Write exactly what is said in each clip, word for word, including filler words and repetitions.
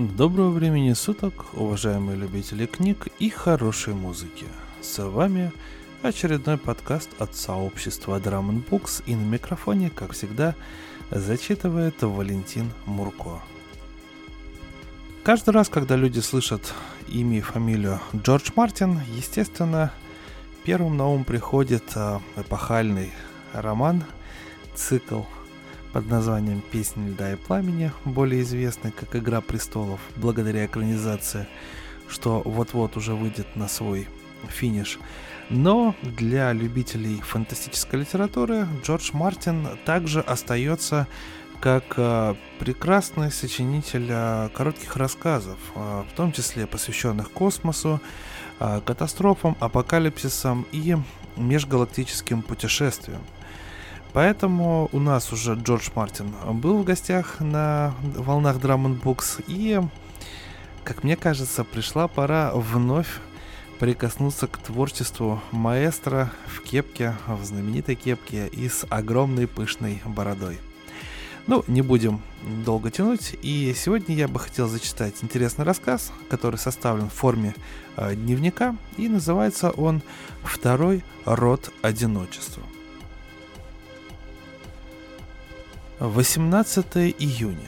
Доброго времени суток, уважаемые любители книг и хорошей музыки. С вами очередной подкаст от сообщества Drum and Books, и на микрофоне, как всегда, зачитывает Валентин Мурко. Каждый раз, когда люди слышат имя и фамилию Джордж Мартин, естественно, первым на ум приходит эпохальный роман, цикл под названием «Песнь льда и пламени», более известный как «Игра престолов», благодаря экранизации, что вот-вот уже выйдет на свой финиш. Но для любителей фантастической литературы Джордж Мартин также остается как э, прекрасный сочинитель э, коротких рассказов, э, в том числе посвященных космосу, э, катастрофам, апокалипсисам и межгалактическим путешествиям. Поэтому у нас уже Джордж Мартин был в гостях на волнах Drum and Books, и, как мне кажется, пришла пора вновь прикоснуться к творчеству маэстро в кепке, в знаменитой кепке и с огромной пышной бородой. Ну, не будем долго тянуть, и сегодня я бы хотел зачитать интересный рассказ, который составлен в форме э, дневника, и называется он «Второй род одиночества». восемнадцатого июня.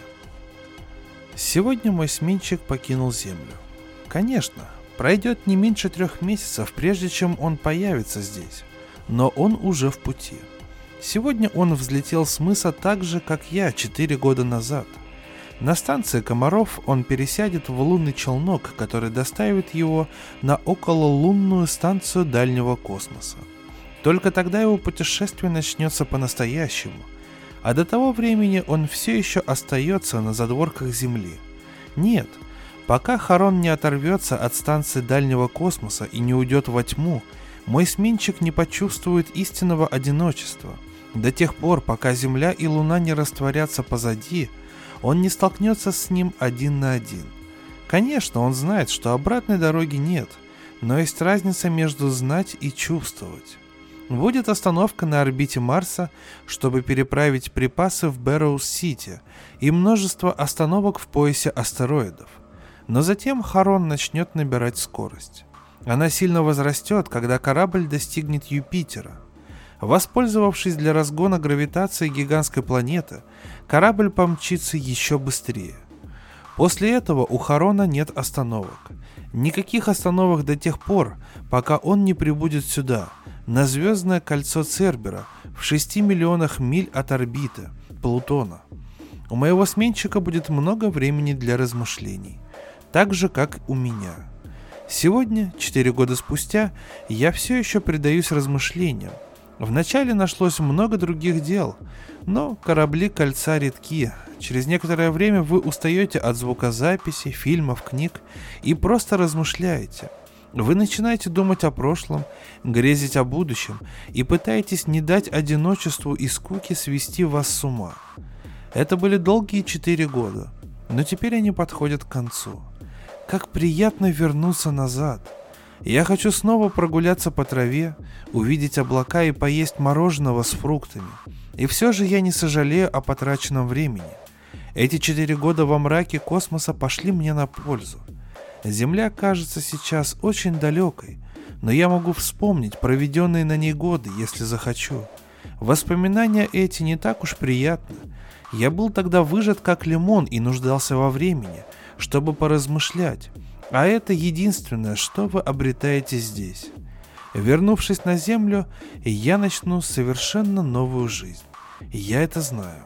Сегодня мой сменщик покинул Землю. Конечно, пройдет не меньше трех месяцев, прежде чем он появится здесь, но он уже в пути. Сегодня он взлетел с мыса так же, как я четыре года назад. На станции Комаров он пересядет в лунный челнок, который доставит его на окололунную станцию дальнего космоса. Только тогда его путешествие начнется по-настоящему. А до того времени он все еще остается на задворках Земли. Нет, пока Харон не оторвется от станции дальнего космоса и не уйдет во тьму, мой сменщик не почувствует истинного одиночества. До тех пор, пока Земля и Луна не растворятся позади, он не столкнется с ним один на один. Конечно, он знает, что обратной дороги нет, но есть разница между знать и чувствовать. Будет остановка на орбите Марса, чтобы переправить припасы в Бэрроуз-Сити, и множество остановок в поясе астероидов. Но затем Харон начнет набирать скорость. Она сильно возрастет, когда корабль достигнет Юпитера. Воспользовавшись для разгона гравитации гигантской планеты, корабль помчится еще быстрее. После этого у Харона нет остановок. Никаких остановок до тех пор, пока он не прибудет сюда, на звездное кольцо Цербера, в шести миллионах миль от орбиты Плутона. У моего сменщика будет много времени для размышлений, так же, как у меня. Сегодня, четыре года спустя, я все еще предаюсь размышлениям. Вначале нашлось много других дел, но корабли кольца редки. Через некоторое время вы устаете от звукозаписи, фильмов, книг и просто размышляете. Вы начинаете думать о прошлом, грезить о будущем и пытаетесь не дать одиночеству и скуке свести вас с ума. Это были долгие четыре года, но теперь они подходят к концу. Как приятно вернуться назад. Я хочу снова прогуляться по траве, увидеть облака и поесть мороженого с фруктами. И все же я не сожалею о потраченном времени. Эти четыре года во мраке космоса пошли мне на пользу. Земля кажется сейчас очень далекой, но я могу вспомнить проведенные на ней годы, если захочу. Воспоминания эти не так уж приятны. Я был тогда выжат как лимон и нуждался во времени, чтобы поразмышлять. А это единственное, что вы обретаете здесь. Вернувшись на Землю, я начну совершенно новую жизнь. Я это знаю.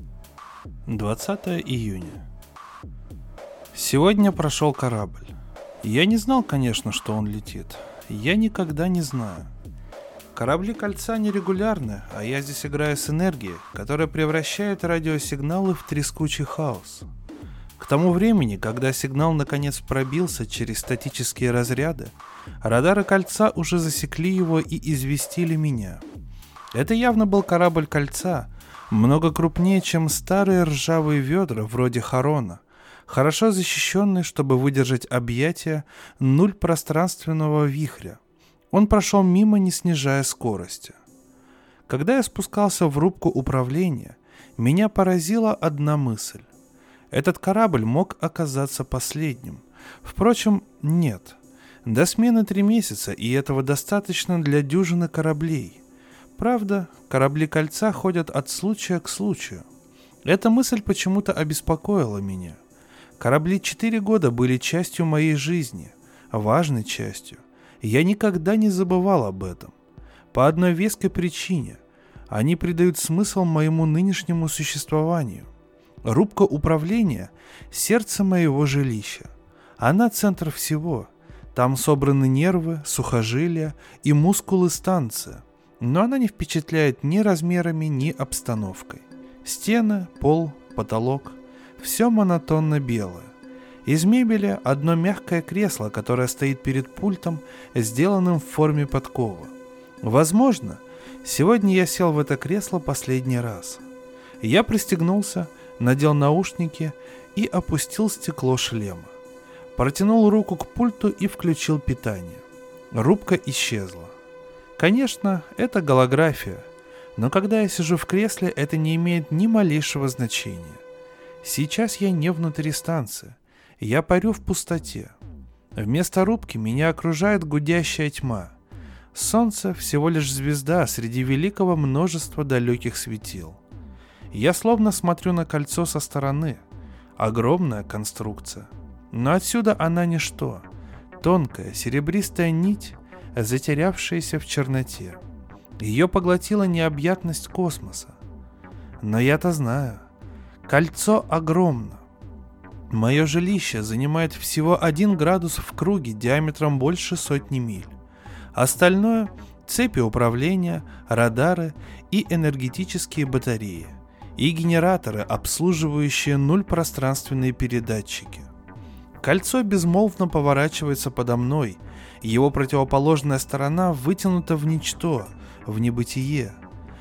двадцатого июня. Сегодня прошел корабль. Я не знал, конечно, что он летит. Я никогда не знаю. Корабли кольца нерегулярны, а я здесь играю с энергией, которая превращает радиосигналы в трескучий хаос. К тому времени, когда сигнал наконец пробился через статические разряды, радары кольца уже засекли его и известили меня. Это явно был корабль кольца, много крупнее, чем старые ржавые ведра вроде Харона, хорошо защищенный, чтобы выдержать объятия нуль пространственного вихря. Он прошел мимо, не снижая скорости. Когда я спускался в рубку управления, меня поразила одна мысль. Этот корабль мог оказаться последним. Впрочем, нет. До смены три месяца, и этого достаточно для дюжины кораблей. Правда, корабли Кольца ходят от случая к случаю. Эта мысль почему-то обеспокоила меня. Корабли четыре года были частью моей жизни, важной частью. Я никогда не забывал об этом. По одной веской причине. Они придают смысл моему нынешнему существованию. Рубка управления – сердце моего жилища. Она центр всего. Там собраны нервы, сухожилия и мускулы станции. Но она не впечатляет ни размерами, ни обстановкой. Стены, пол, потолок – все монотонно белое. Из мебели одно мягкое кресло, которое стоит перед пультом, сделанным в форме подкова. Возможно, сегодня я сел в это кресло последний раз. Я пристегнулся, надел наушники и опустил стекло шлема. Протянул руку к пульту и включил питание. Рубка исчезла. Конечно, это голография, но когда я сижу в кресле, это не имеет ни малейшего значения. Сейчас я не внутри станции, я парю в пустоте. Вместо рубки меня окружает гудящая тьма. Солнце всего лишь звезда среди великого множества далеких светил. Я словно смотрю на кольцо со стороны. Огромная конструкция. Но отсюда она ничто. Тонкая серебристая нить, затерявшаяся в черноте. Ее поглотила необъятность космоса. Но я-то знаю. Кольцо огромно. Мое жилище занимает всего один градус в круге диаметром больше сотни миль. Остальное – цепи управления, радары и энергетические батареи, и генераторы, обслуживающие нуль пространственные передатчики. Кольцо безмолвно поворачивается подо мной, его противоположная сторона вытянута в ничто, в небытие.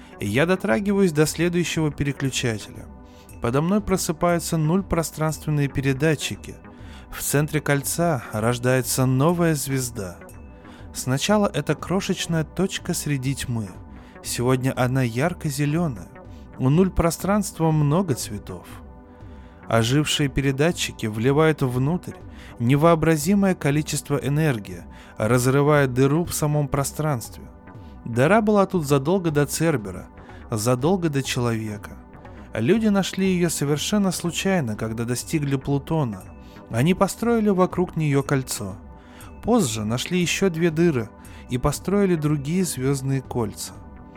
Я дотрагиваюсь до следующего переключателя. Подо мной просыпаются нуль пространственные передатчики. В центре кольца рождается новая звезда. Сначала это крошечная точка среди тьмы. Сегодня она ярко-зеленая. У нуль пространства много цветов. Ожившие передатчики вливают внутрь невообразимое количество энергии, разрывая дыру в самом пространстве. Дыра была тут задолго до Цербера, задолго до человека. Люди нашли ее совершенно случайно, когда достигли Плутона. Они построили вокруг нее кольцо. Позже нашли еще две дыры и построили другие звездные кольца.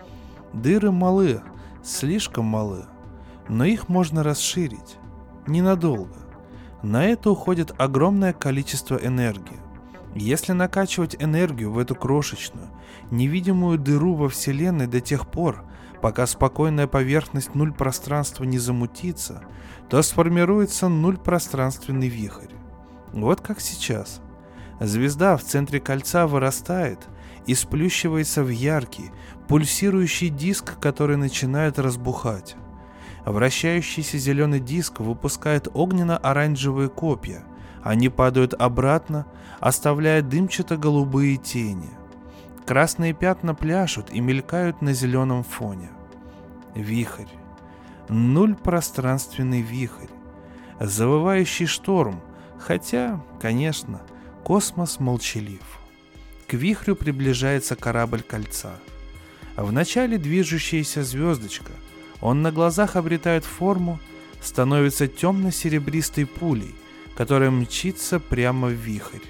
Дыры малы, слишком малы, но их можно расширить. Ненадолго. На это уходит огромное количество энергии. Если накачивать энергию в эту крошечную, невидимую дыру во Вселенной до тех пор, пока спокойная поверхность нуль пространства не замутится, то сформируется нуль пространственный вихрь. Вот как сейчас. Звезда в центре кольца вырастает и сплющивается в яркий, пульсирующий диск, который начинает разбухать. Вращающийся зеленый диск выпускает огненно-оранжевые копья. Они падают обратно, оставляя дымчато-голубые тени. Красные пятна пляшут и мелькают на зеленом фоне. Вихрь. Нуль пространственный вихрь. Завывающий шторм. Хотя, конечно, космос молчалив. К вихрю приближается корабль кольца. Вначале движущаяся звездочка. Он на глазах обретает форму, становится темно-серебристой пулей, которая мчится прямо в вихрь.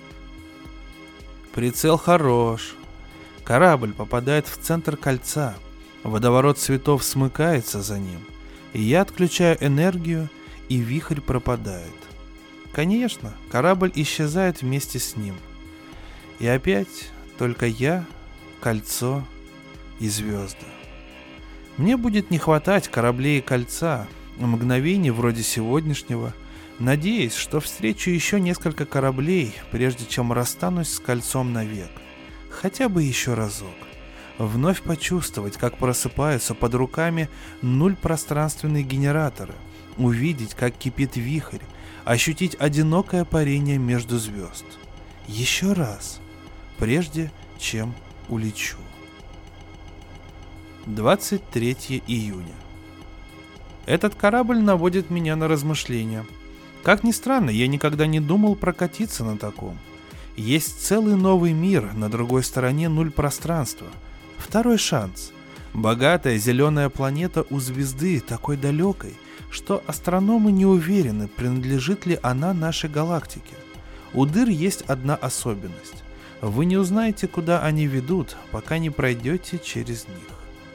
Прицел хорош. Корабль попадает в центр кольца. Водоворот цветов смыкается за ним. И я отключаю энергию, и вихрь пропадает. Конечно, корабль исчезает вместе с ним. И опять только я, кольцо и звезды. Мне будет не хватать кораблей и кольца, мгновений вроде сегодняшнего, надеясь, что встречу еще несколько кораблей, прежде чем расстанусь с кольцом навек. Хотя бы еще разок. Вновь почувствовать, как просыпаются под руками нуль пространственные генераторы, увидеть, как кипит вихрь, ощутить одинокое парение между звезд. Еще раз, прежде чем улечу. двадцать третьего июня. Этот корабль наводит меня на размышления. Как ни странно, я никогда не думал прокатиться на таком. Есть целый новый мир на другой стороне нуль пространства. Второй шанс. Богатая зеленая планета у звезды, такой далекой, что астрономы не уверены, принадлежит ли она нашей галактике. У дыр есть одна особенность. Вы не узнаете, куда они ведут, пока не пройдете через них.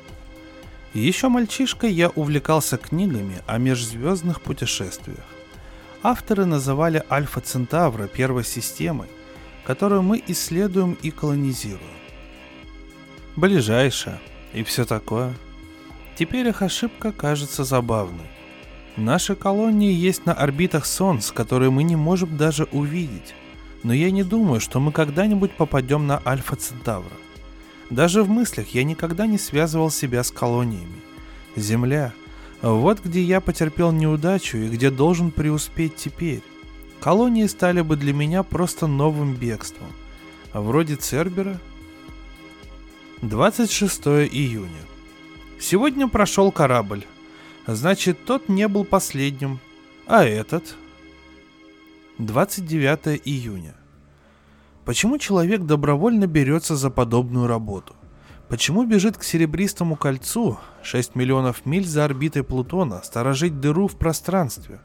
Еще мальчишкой я увлекался книгами о межзвездных путешествиях. Авторы называли Альфа Центавра первой системой, которую мы исследуем и колонизируем. Ближайшая и все такое. Теперь их ошибка кажется забавной. Наши колонии есть на орбитах Солнц, которые мы не можем даже увидеть. Но я не думаю, что мы когда-нибудь попадем на Альфа Центавра. Даже в мыслях я никогда не связывал себя с колониями. Земля — вот где я потерпел неудачу и где должен преуспеть теперь. Колонии стали бы для меня просто новым бегством. Вроде Цербера. двадцать шестого июня. Сегодня прошел корабль. Значит, тот не был последним. А этот? двадцать девятого июня. Почему человек добровольно берется за подобную работу? Почему бежит к серебристому кольцу, шесть миллионов миль за орбитой Плутона, сторожить дыру в пространстве?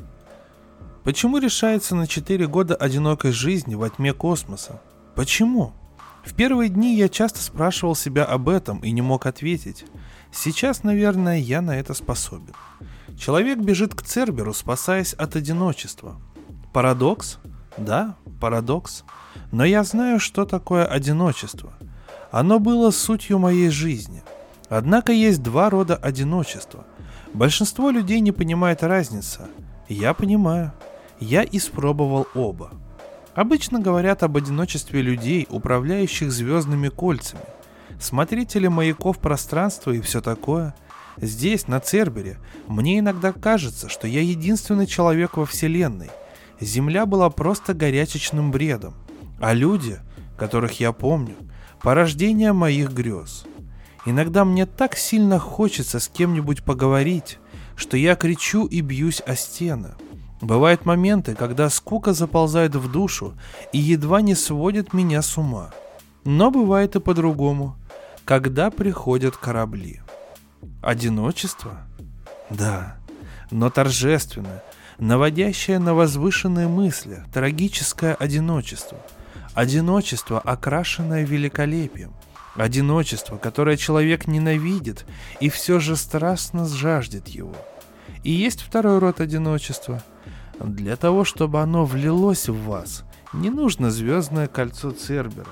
Почему решается на четыре года одинокой жизни во тьме космоса? Почему? В первые дни я часто спрашивал себя об этом и не мог ответить. Сейчас, наверное, я на это способен. Человек бежит к Церберу, спасаясь от одиночества. Парадокс? Да, парадокс. Но я знаю, что такое одиночество. Оно было сутью моей жизни. Однако есть два рода одиночества. Большинство людей не понимает разницы. Я понимаю. Я испробовал оба. Обычно говорят об одиночестве людей, управляющих звездными кольцами, смотрители маяков пространства и все такое. Здесь, на Цербере, мне иногда кажется, что я единственный человек во Вселенной. Земля была просто горячечным бредом, а люди, которых я помню, порождение моих грез. Иногда мне так сильно хочется с кем-нибудь поговорить, что я кричу и бьюсь о стены. Бывают моменты, когда скука заползает в душу и едва не сводит меня с ума. Но бывает и по-другому, когда приходят корабли. Одиночество? Да, но торжественное, наводящее на возвышенные мысли, трагическое одиночество. Одиночество, окрашенное великолепием. Одиночество, которое человек ненавидит и все же страстно жаждет его. И есть второй род одиночества. Для того, чтобы оно влилось в вас, не нужно звездное кольцо Цербера.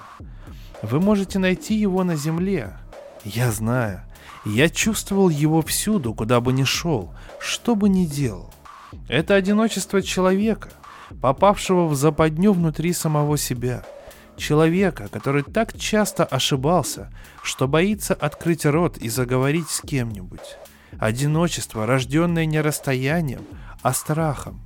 Вы можете найти его на Земле. Я знаю. Я чувствовал его всюду, куда бы ни шел, что бы ни делал. Это одиночество человека, попавшего в западню внутри самого себя. Человека, который так часто ошибался, что боится открыть рот и заговорить с кем-нибудь. Одиночество, рожденное не расстоянием, а страхом.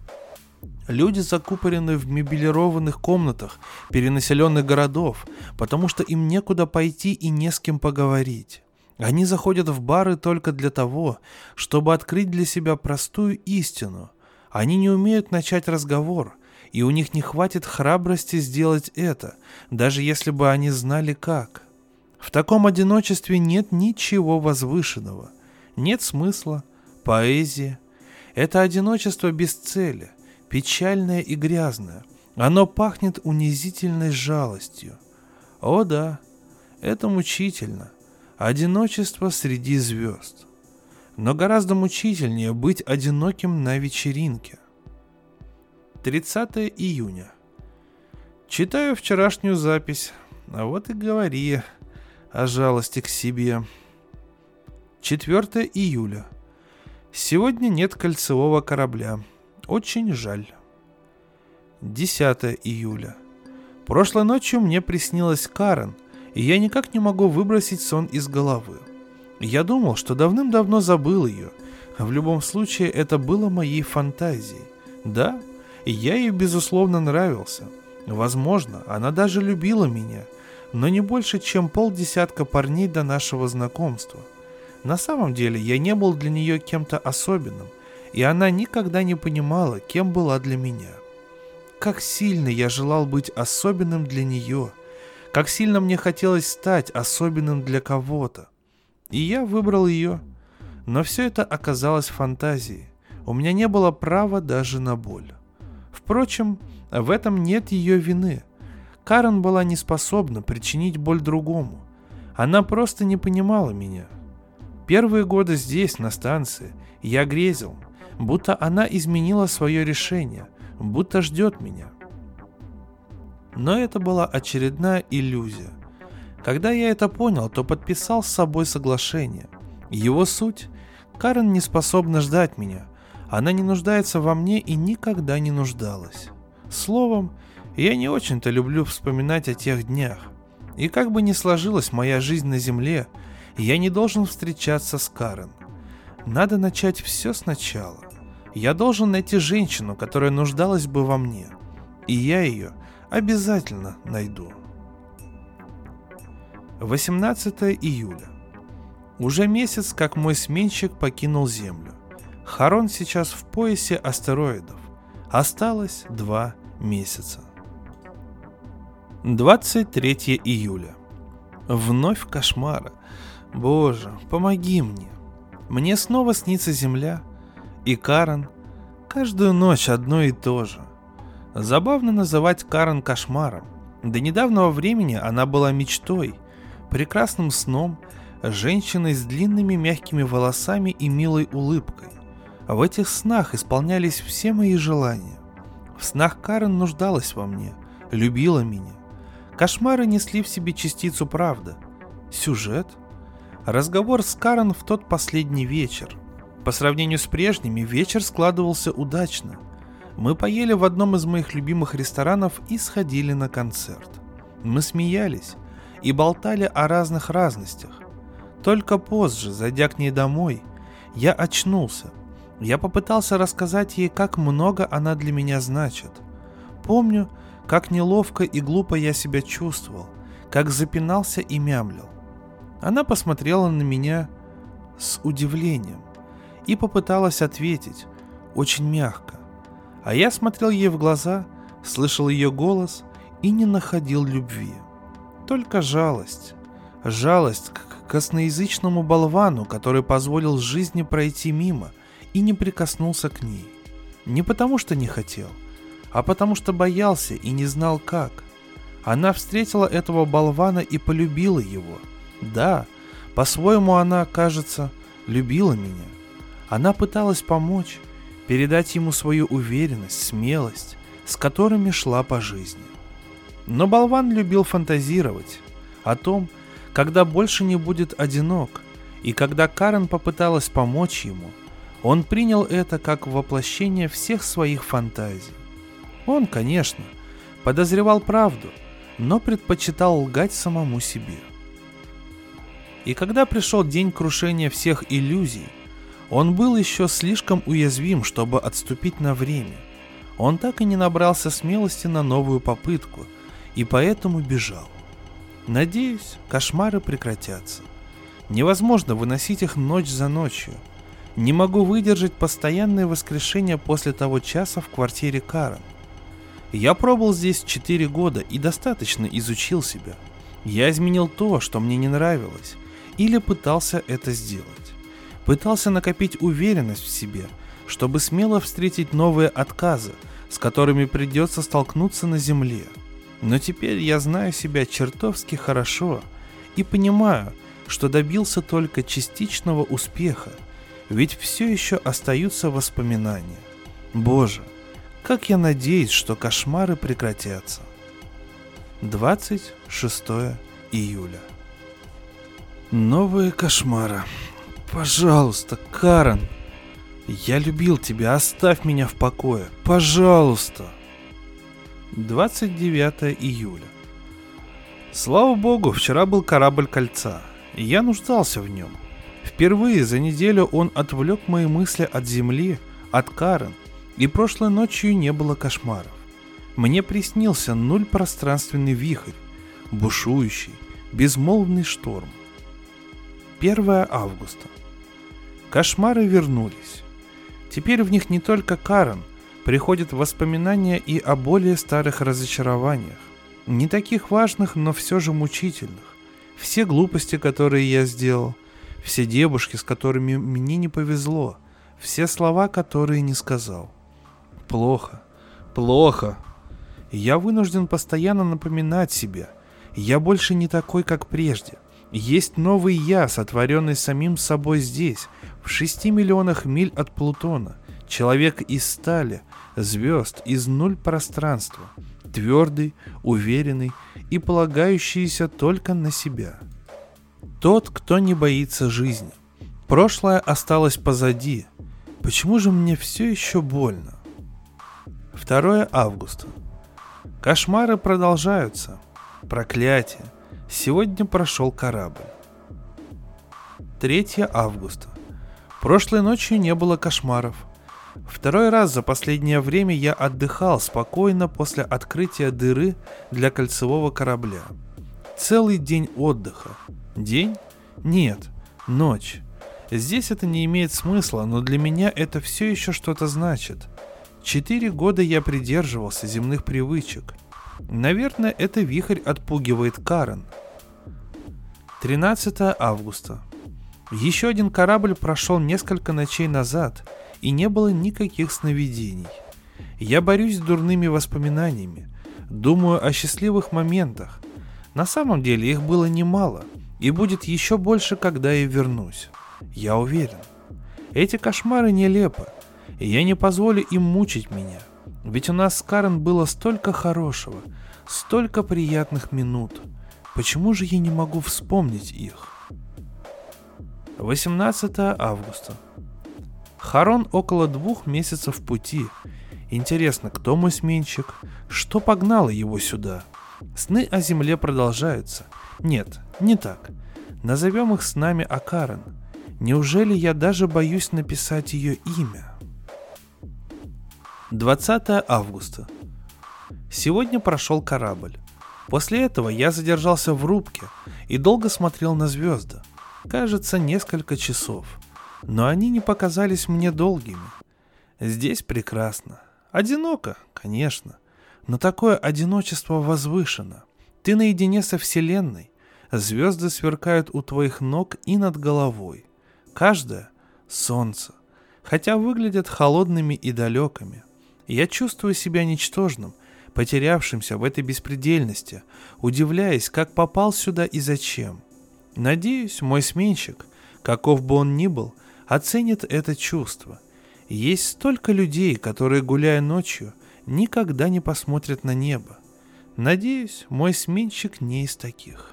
Люди закупорены в мебелированных комнатах перенаселенных городов, потому что им некуда пойти и не с кем поговорить. Они заходят в бары только для того, чтобы открыть для себя простую истину. Они не умеют начать разговор, и у них не хватит храбрости сделать это, даже если бы они знали как. В таком одиночестве нет ничего возвышенного, нет смысла, поэзии. Это одиночество без цели, печальное и грязное. Оно пахнет унизительной жалостью. О да, это мучительно. Одиночество среди звезд. Но гораздо мучительнее быть одиноким на вечеринке. тридцатого июня. Читаю вчерашнюю запись, а вот и говори о жалости к себе. четвёртого июля. Сегодня нет кольцевого корабля. Очень жаль. десятого июля. Прошлой ночью мне приснилась Карен, и я никак не могу выбросить сон из головы. Я думал, что давным-давно забыл ее. В любом случае, это было моей фантазией. Да, я ей, безусловно, нравился. Возможно, она даже любила меня, но не больше, чем полдесятка парней до нашего знакомства. На самом деле, я не был для нее кем-то особенным. и она никогда не понимала, кем была для меня. Как сильно я желал быть особенным для нее, как сильно мне хотелось стать особенным для кого-то. И я выбрал ее. Но все это оказалось фантазией. У меня не было права даже на боль. Впрочем, в этом нет ее вины. Карен была не способна причинить боль другому. Она просто не понимала меня. Первые годы здесь, на станции, я грезил, будто она изменила свое решение, будто ждет меня. Но это была очередная иллюзия. Когда я это понял, то подписал с собой соглашение. Его суть – Карен не способна ждать меня. Она не нуждается во мне и никогда не нуждалась. Словом, я не очень-то люблю вспоминать о тех днях. И как бы ни сложилась моя жизнь на земле, я не должен встречаться с Карен. Надо начать все сначала. Я должен найти женщину, которая нуждалась бы во мне. И я ее обязательно найду. восемнадцатое июля. Уже месяц, как мой сменщик покинул Землю. Харон сейчас в поясе астероидов. Осталось два месяца. двадцать третье июля. Вновь кошмары. Боже, помоги мне. Мне снова снится Земля и Карен. Каждую ночь одно и то же. Забавно называть Карен кошмаром. До недавнего времени она была мечтой, прекрасным сном, женщиной с длинными мягкими волосами и милой улыбкой. В этих снах исполнялись все мои желания. В снах Карен нуждалась во мне, любила меня. Кошмары несли в себе частицу правды. Сюжет. Разговор с Карен в тот последний вечер. По сравнению с прежними, вечер складывался удачно. Мы поели в одном из моих любимых ресторанов и сходили на концерт. Мы смеялись и болтали о разных разностях. Только позже, зайдя к ней домой, я очнулся. Я попытался рассказать ей, как много она для меня значит. Помню, как неловко и глупо я себя чувствовал, как запинался и мямлил. Она посмотрела на меня с удивлением и попыталась ответить, очень мягко. А я смотрел ей в глаза, слышал ее голос и не находил любви. Только жалость. Жалость к косноязычному болвану, который позволил жизни пройти мимо и не прикоснулся к ней. Не потому что не хотел, а потому что боялся и не знал как. Она встретила этого болвана и полюбила его. Да, по-своему она, кажется, любила меня. Она пыталась помочь, передать ему свою уверенность, смелость, с которыми шла по жизни. Но болван любил фантазировать о том, когда больше не будет одинок, и когда Карен попыталась помочь ему, он принял это как воплощение всех своих фантазий. Он, конечно, подозревал правду, но предпочитал лгать самому себе. И когда пришел день крушения всех иллюзий, он был еще слишком уязвим, чтобы отступить на время. Он так и не набрался смелости на новую попытку, и поэтому бежал. Надеюсь, кошмары прекратятся. Невозможно выносить их ночь за ночью. Не могу выдержать постоянное воскрешение после того часа в квартире Карен. Я пробыл здесь четыре года и достаточно изучил себя. Я изменил то, что мне не нравилось, или пытался это сделать. Пытался накопить уверенность в себе, чтобы смело встретить новые отказы, с которыми придется столкнуться на земле. Но теперь я знаю себя чертовски хорошо и понимаю, что добился только частичного успеха, ведь все еще остаются воспоминания. Боже, как я надеюсь, что кошмары прекратятся. двадцать шестое июля. Новые кошмары. Пожалуйста, Карен, я любил тебя, оставь меня в покое, пожалуйста. двадцать девятое июля. Слава богу, вчера был корабль Кольца, и я нуждался в нем. Впервые за неделю он отвлек мои мысли от земли, от Карен, и прошлой ночью не было кошмаров. Мне приснился нульпространственный вихрь, бушующий, безмолвный шторм. первое августа. Кошмары вернулись. Теперь в них не только Карен, приходят воспоминания и о более старых разочарованиях. Не таких важных, но все же мучительных. Все глупости, которые я сделал, все девушки, с которыми мне не повезло, все слова, которые не сказал. Плохо, плохо. Я вынужден постоянно напоминать себе, я больше не такой, как прежде. Есть новый я, сотворенный самим собой здесь, в шести миллионах миль от Плутона. Человек из стали, звезд, из нуль пространства. Твердый, уверенный и полагающийся только на себя. Тот, кто не боится жизни. Прошлое осталось позади. Почему же мне все еще больно? второе августа. Кошмары продолжаются. Проклятие. Сегодня прошел корабль. третье августа. Прошлой ночью не было кошмаров. Второй раз за последнее время я отдыхал спокойно после открытия дыры для кольцевого корабля. Целый день отдыха. День? Нет, ночь. Здесь это не имеет смысла, но для меня это все еще что-то значит. Четыре года я придерживался земных привычек. Наверное, это вихрь отпугивает Карен. тринадцатое августа. Еще один корабль прошел несколько ночей назад, и не было никаких сновидений. Я борюсь с дурными воспоминаниями, думаю о счастливых моментах. На самом деле их было немало, и будет еще больше, когда я вернусь. Я уверен. Эти кошмары нелепы, и я не позволю им мучить меня. Ведь у нас с Карен было столько хорошего, столько приятных минут. Почему же я не могу вспомнить их? восемнадцатое августа. Харон около двух месяцев в пути. Интересно, кто мой сменщик? Что погнало его сюда? Сны о земле продолжаются. Нет, не так. Назовем их снами о Карен. Неужели я даже боюсь написать ее имя? двадцатое августа. Сегодня прошел корабль. После этого я задержался в рубке и долго смотрел на звезды. Кажется, несколько часов. Но они не показались мне долгими. Здесь прекрасно. Одиноко, конечно. Но такое одиночество возвышено. Ты наедине со Вселенной. Звезды сверкают у твоих ног и над головой. Каждое — солнце. Хотя выглядят холодными и далекими. Я чувствую себя ничтожным, потерявшимся в этой беспредельности, удивляясь, как попал сюда и зачем. Надеюсь, мой сменщик, каков бы он ни был, оценит это чувство. Есть столько людей, которые, гуляя ночью, никогда не посмотрят на небо. Надеюсь, мой сменщик не из таких.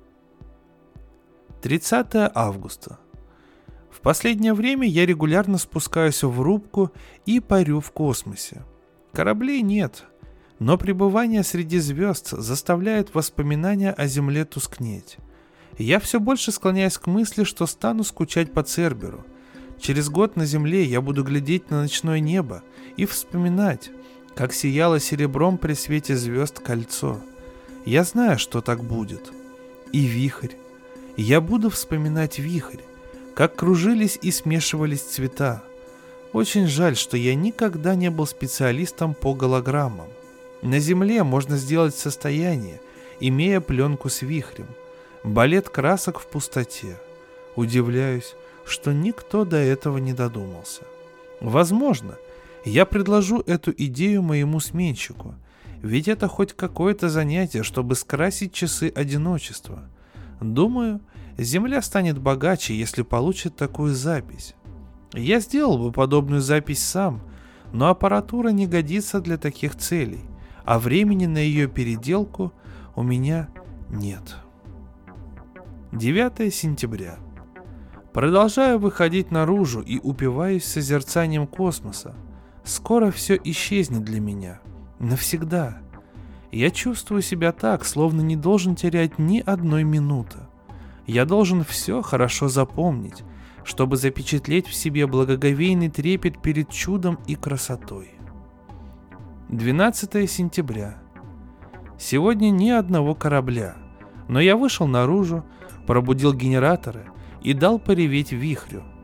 тридцатое августа. В последнее время я регулярно спускаюсь в рубку и парю в космосе. Кораблей нет, но пребывание среди звезд заставляет воспоминания о Земле тускнеть. Я все больше склоняюсь к мысли, что стану скучать по Церберу. Через год на Земле я буду глядеть на ночное небо и вспоминать, как сияло серебром при свете звезд кольцо. Я знаю, что так будет. И вихрь. Я буду вспоминать вихрь, как кружились и смешивались цвета. Очень жаль, что я никогда не был специалистом по голограммам. На Земле можно сделать состояние, имея пленку с вихрем. Балет красок в пустоте. Удивляюсь, что никто до этого не додумался. Возможно, я предложу эту идею моему сменщику, ведь это хоть какое-то занятие, чтобы скрасить часы одиночества. Думаю, Земля станет богаче, если получит такую запись. Я сделал бы подобную запись сам, но аппаратура не годится для таких целей, а времени на ее переделку у меня нет. девятое сентября. Продолжаю выходить наружу и упиваюсь созерцанием космоса. Скоро все исчезнет для меня. Навсегда. Я чувствую себя так, словно не должен терять ни одной минуты. Я должен все хорошо запомнить, чтобы запечатлеть в себе благоговейный трепет перед чудом и красотой. двенадцатое сентября. Сегодня ни одного корабля, но я вышел наружу, пробудил генераторы и дал пореветь вихрю.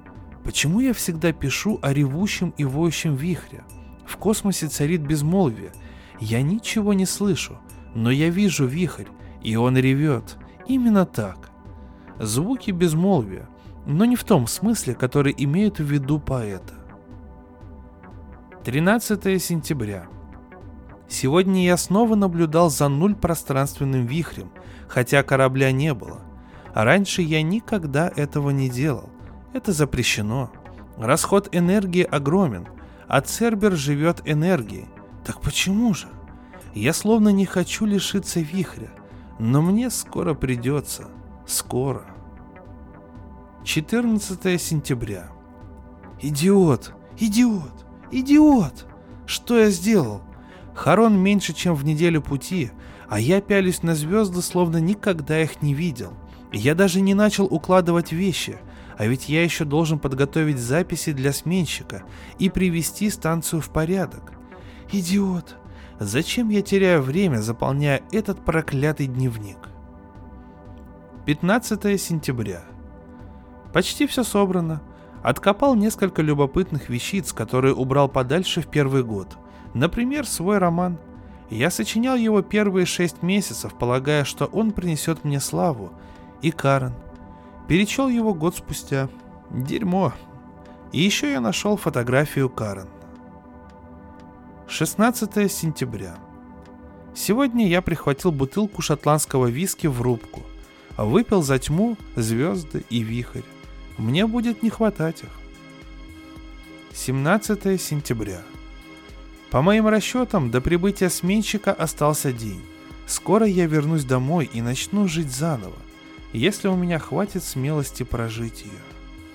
Почему я всегда пишу о ревущем и воющем вихре? В космосе царит безмолвие. Я ничего не слышу, но я вижу вихрь, и он ревет. Именно так. Звуки безмолвия, но не в том смысле, который имеют в виду поэта. тринадцатое сентября. Сегодня я снова наблюдал за нуль пространственным вихрем, хотя корабля не было. А раньше я никогда этого не делал. Это запрещено. Расход энергии огромен, а Цербер живет энергией. Так почему же? Я словно не хочу лишиться вихря, но мне скоро придется. Скоро. четырнадцатое сентября. Идиот! Идиот! Идиот! Что я сделал? Харон меньше, чем в неделю пути, а я пялюсь на звезды, словно никогда их не видел. Я даже не начал укладывать вещи, а ведь я еще должен подготовить записи для сменщика и привести станцию в порядок. Идиот! Зачем я теряю время, заполняя этот проклятый дневник? пятнадцатое сентября. Почти все собрано. Откопал несколько любопытных вещиц, которые убрал подальше в первый год. Например, свой роман. Я сочинял его первые шесть месяцев, полагая, что он принесет мне славу. И Карен. Перечел его год спустя. Дерьмо. И еще я нашел фотографию Карен. шестнадцатое сентября. Сегодня я прихватил бутылку шотландского виски в рубку. Выпил за тьму, звезды и вихрь. Мне будет не хватать их. семнадцатое сентября. По моим расчетам, до прибытия сменщика остался день. Скоро я вернусь домой и начну жить заново, если у меня хватит смелости прожить ее.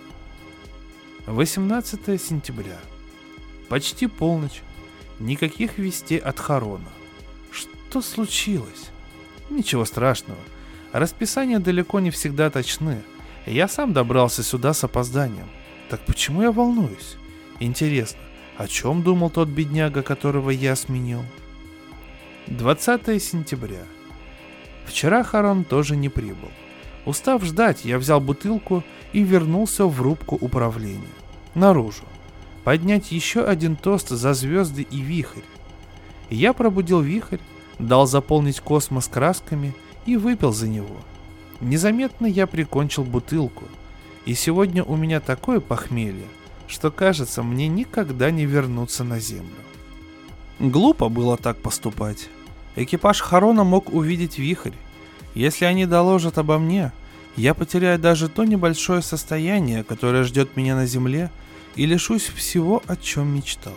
восемнадцатое сентября. Почти полночь. Никаких вестей от Харона. Что случилось? Ничего страшного. Расписания далеко не всегда точны. Я сам добрался сюда с опозданием. Так почему я волнуюсь? Интересно, о чем думал тот бедняга, которого я сменил? двадцатое сентября. Вчера Харон тоже не прибыл. Устав ждать, я взял бутылку и вернулся в рубку управления. Наружу. Поднять еще один тост за звезды и вихрь. Я пробудил вихрь, дал заполнить космос красками и выпил за него. Незаметно я прикончил бутылку, и сегодня у меня такое похмелье, что кажется, мне никогда не вернуться на Землю. Глупо было так поступать. Экипаж Харона мог увидеть вихрь. Если они доложат обо мне, я потеряю даже то небольшое состояние, которое ждет меня на Земле, и лишусь всего, о чем мечтал.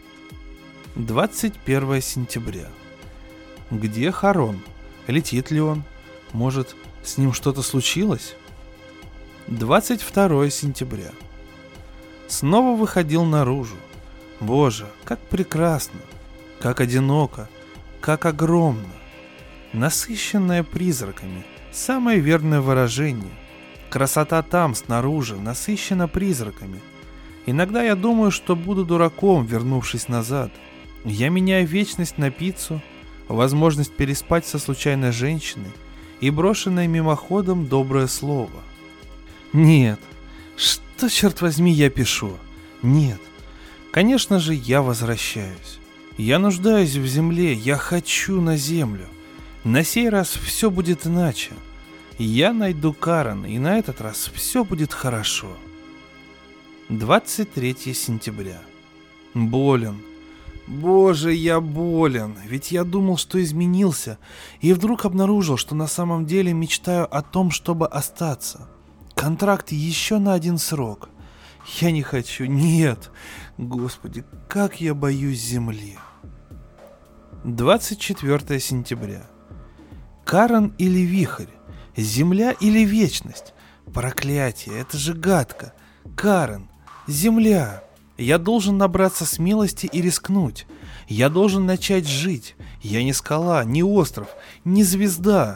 двадцать первое сентября. Где Харон? Летит ли он? Может, с ним что-то случилось? двадцать второе сентября. Снова выходил наружу. Боже, как прекрасно, как одиноко, как огромно. Насыщенная призраками. Самое верное выражение. Красота там, снаружи, насыщена призраками. Иногда я думаю, что буду дураком, вернувшись назад. Я меняю вечность на пиццу, возможность переспать со случайной женщиной и брошенное мимоходом доброе слово. Нет, что, черт возьми, я пишу? Нет, конечно же, я возвращаюсь. Я нуждаюсь в земле, я хочу на землю. На сей раз все будет иначе. Я найду Карен, и на этот раз все будет хорошо. двадцать третье сентября. Болен. Боже, я болен, ведь я думал, что изменился, и вдруг обнаружил, что на самом деле мечтаю о том, чтобы остаться. Контракт еще на один срок. Я не хочу, нет. Господи, как я боюсь земли. двадцать четвёртое сентября. Карен или вихрь? Земля или вечность? Проклятие, это же гадко. Карен, земля. Я должен набраться смелости и рискнуть. Я должен начать жить. Я не скала, не остров, не звезда.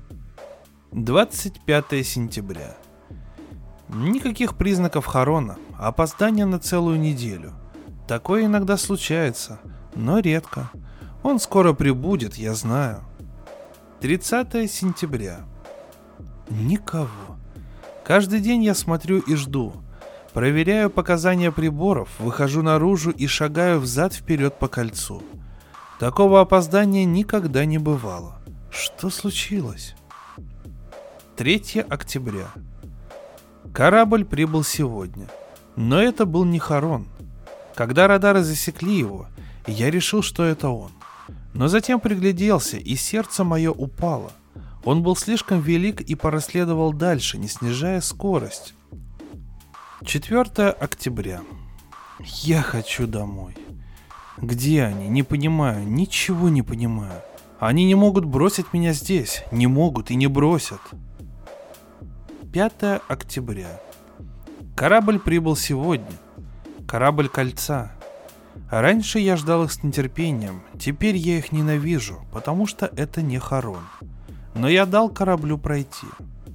двадцать пятое сентября. Никаких признаков Харона, опоздание на целую неделю. Такое иногда случается, но редко. Он скоро прибудет, я знаю. тридцатое сентября. Никого. Каждый день я смотрю и жду. Проверяю показания приборов, выхожу наружу и шагаю взад-вперед по кольцу. Такого опоздания никогда не бывало. Что случилось? третьего октября. Корабль прибыл сегодня. Но это был не Харон. Когда радары засекли его, я решил, что это он. Но затем пригляделся, и сердце мое упало. Он был слишком велик и проследовал дальше, не снижая скорость. четвёртого октября. Я хочу домой. Где они? Не понимаю, ничего не понимаю. Они не могут бросить меня здесь. Не могут и не бросят. пятого октября. Корабль прибыл сегодня. Корабль Кольца. Раньше я ждал их с нетерпением, теперь я их ненавижу, потому что это не Харон. Но я дал кораблю пройти.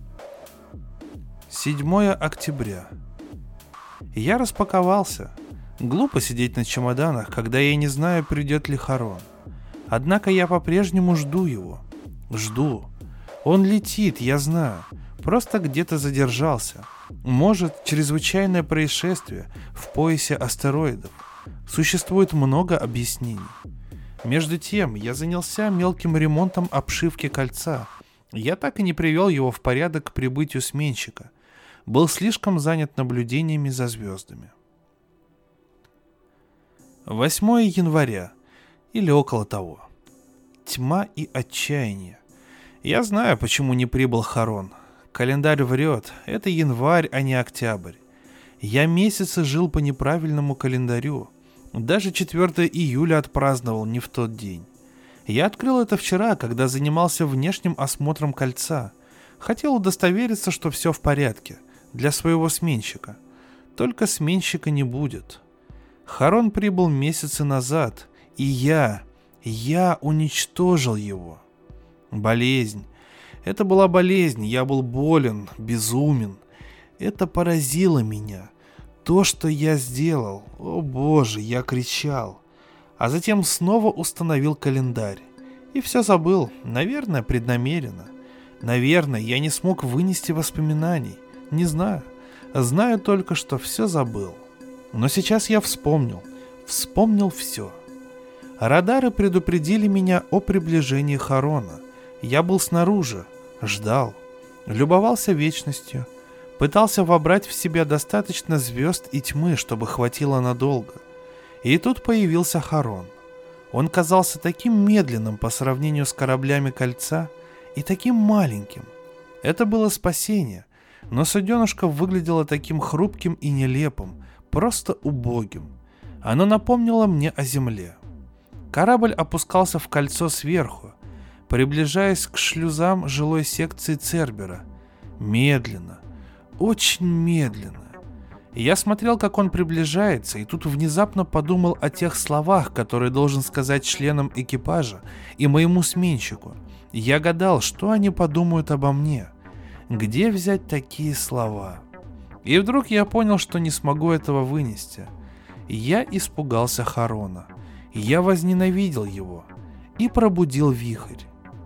седьмого октября. Я распаковался. Глупо сидеть на чемоданах, когда я не знаю, придет ли Харон. Однако я по-прежнему жду его. Жду. Он летит, я знаю. Просто где-то задержался. Может, чрезвычайное происшествие в поясе астероидов. Существует много объяснений. Между тем, я занялся мелким ремонтом обшивки кольца. Я так и не привел его в порядок к прибытию сменщика. Был слишком занят наблюдениями за звездами. восьмого января. Или около того. Тьма и отчаяние. Я знаю, почему не прибыл Харон. Календарь врет. Это январь, а не октябрь. Я месяцы жил по неправильному календарю. Даже четвёртого июля отпраздновал не в тот день. Я открыл это вчера, когда занимался внешним осмотром кольца. Хотел удостовериться, что все в порядке. Для своего сменщика. Только сменщика не будет. Харон прибыл месяцы назад, и я, я уничтожил его. Болезнь. Это была болезнь, я был болен, безумен. Это поразило меня. То, что я сделал, о боже, я кричал. А затем снова установил календарь. И все забыл, наверное, преднамеренно. Наверное, я не смог вынести воспоминаний. Не знаю. Знаю только, что все забыл. Но сейчас я вспомнил. Вспомнил все. Радары предупредили меня о приближении Харона. Я был снаружи, ждал, любовался вечностью, пытался вобрать в себя достаточно звезд и тьмы, чтобы хватило надолго. И тут появился Харон. Он казался таким медленным по сравнению с кораблями Кольца и таким маленьким. Это было спасение, но суденышко выглядело таким хрупким и нелепым, просто убогим. Оно напомнило мне о земле. Корабль опускался в кольцо сверху, приближаясь к шлюзам жилой секции Цербера. Медленно, очень медленно. Я смотрел, как он приближается, и тут внезапно подумал о тех словах, которые должен сказать членам экипажа и моему сменщику. Я гадал, что они подумают обо мне. Где взять такие слова? И вдруг я понял, что не смогу этого вынести. Я испугался Харона. Я возненавидел его и пробудил вихрь.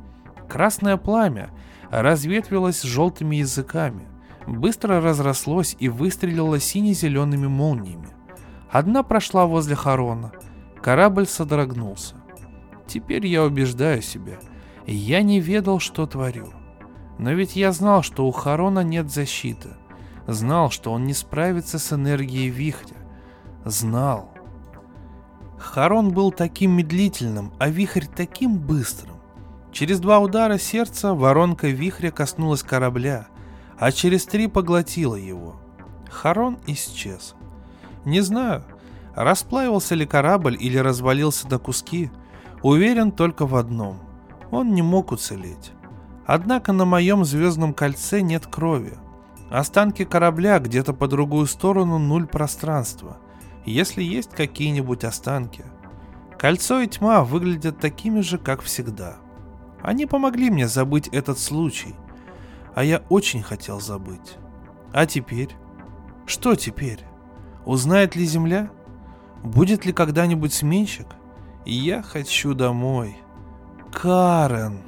Красное пламя разветвилось желтыми языками, быстро разрослось и выстрелило сине-зелеными молниями. Одна прошла возле Харона. Корабль содрогнулся. Теперь я убеждаю себя, я не ведал, что творю. Но ведь я знал, что у Харона нет защиты. Знал, что он не справится с энергией вихря. Знал. Харон был таким медлительным, а вихрь таким быстрым. Через два удара сердца воронка вихря коснулась корабля, а через три поглотила его. Харон исчез. Не знаю, расплавился ли корабль или развалился на куски. Уверен только в одном. Он не мог уцелеть. Однако на моем звездном кольце нет крови. Останки корабля где-то по другую сторону нуль пространства, если есть какие-нибудь останки. Кольцо и тьма выглядят такими же, как всегда. Они помогли мне забыть этот случай, а я очень хотел забыть. А теперь? Что теперь? Узнает ли Земля? Будет ли когда-нибудь сменщик? Я хочу домой. Карен.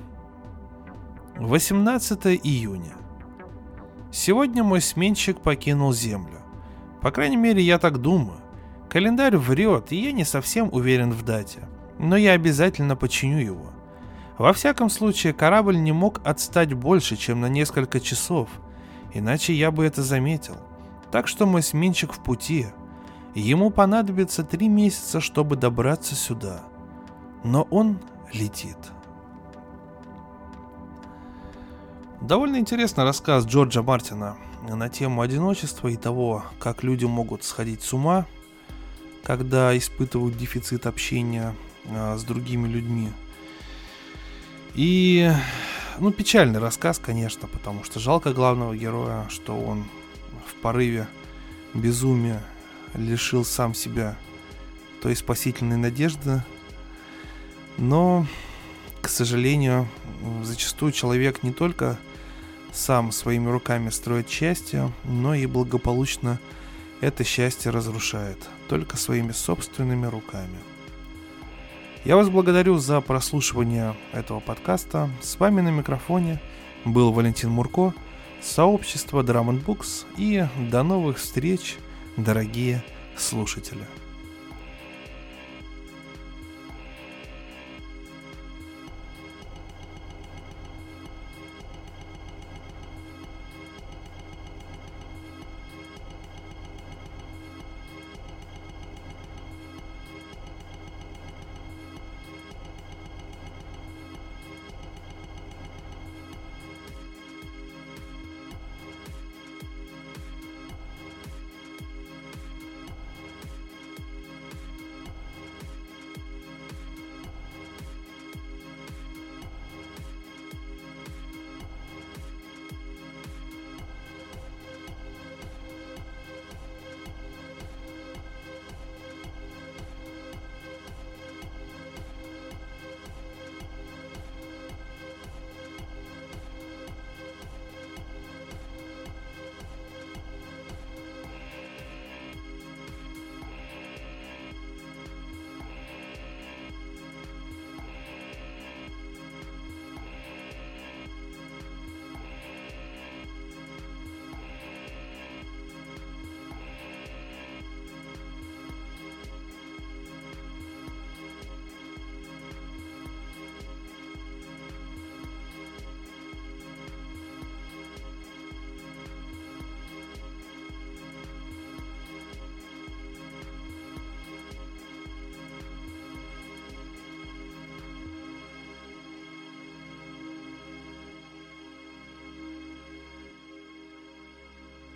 восемнадцатого июня. Сегодня мой сменщик покинул Землю. По крайней мере, я так думаю. Календарь врет, и я не совсем уверен в дате. Но я обязательно починю его. Во всяком случае, корабль не мог отстать больше, чем на несколько часов, иначе я бы это заметил. Так что мой сменщик в пути. Ему понадобится три месяца, чтобы добраться сюда. Но он летит. Довольно интересный рассказ Джорджа Мартина на тему одиночества и того, как люди могут сходить с ума, когда испытывают дефицит общения а, с другими людьми. И, ну, печальный рассказ, конечно, потому что жалко главного героя, что он в порыве безумия лишил сам себя той спасительной надежды. Но, к сожалению, зачастую человек не только сам своими руками строит счастье, но и благополучно это счастье разрушает только своими собственными руками. Я вас благодарю за прослушивание этого подкаста. С вами на микрофоне был Валентин Мурко, сообщество Drum and Books, и до новых встреч, дорогие слушатели.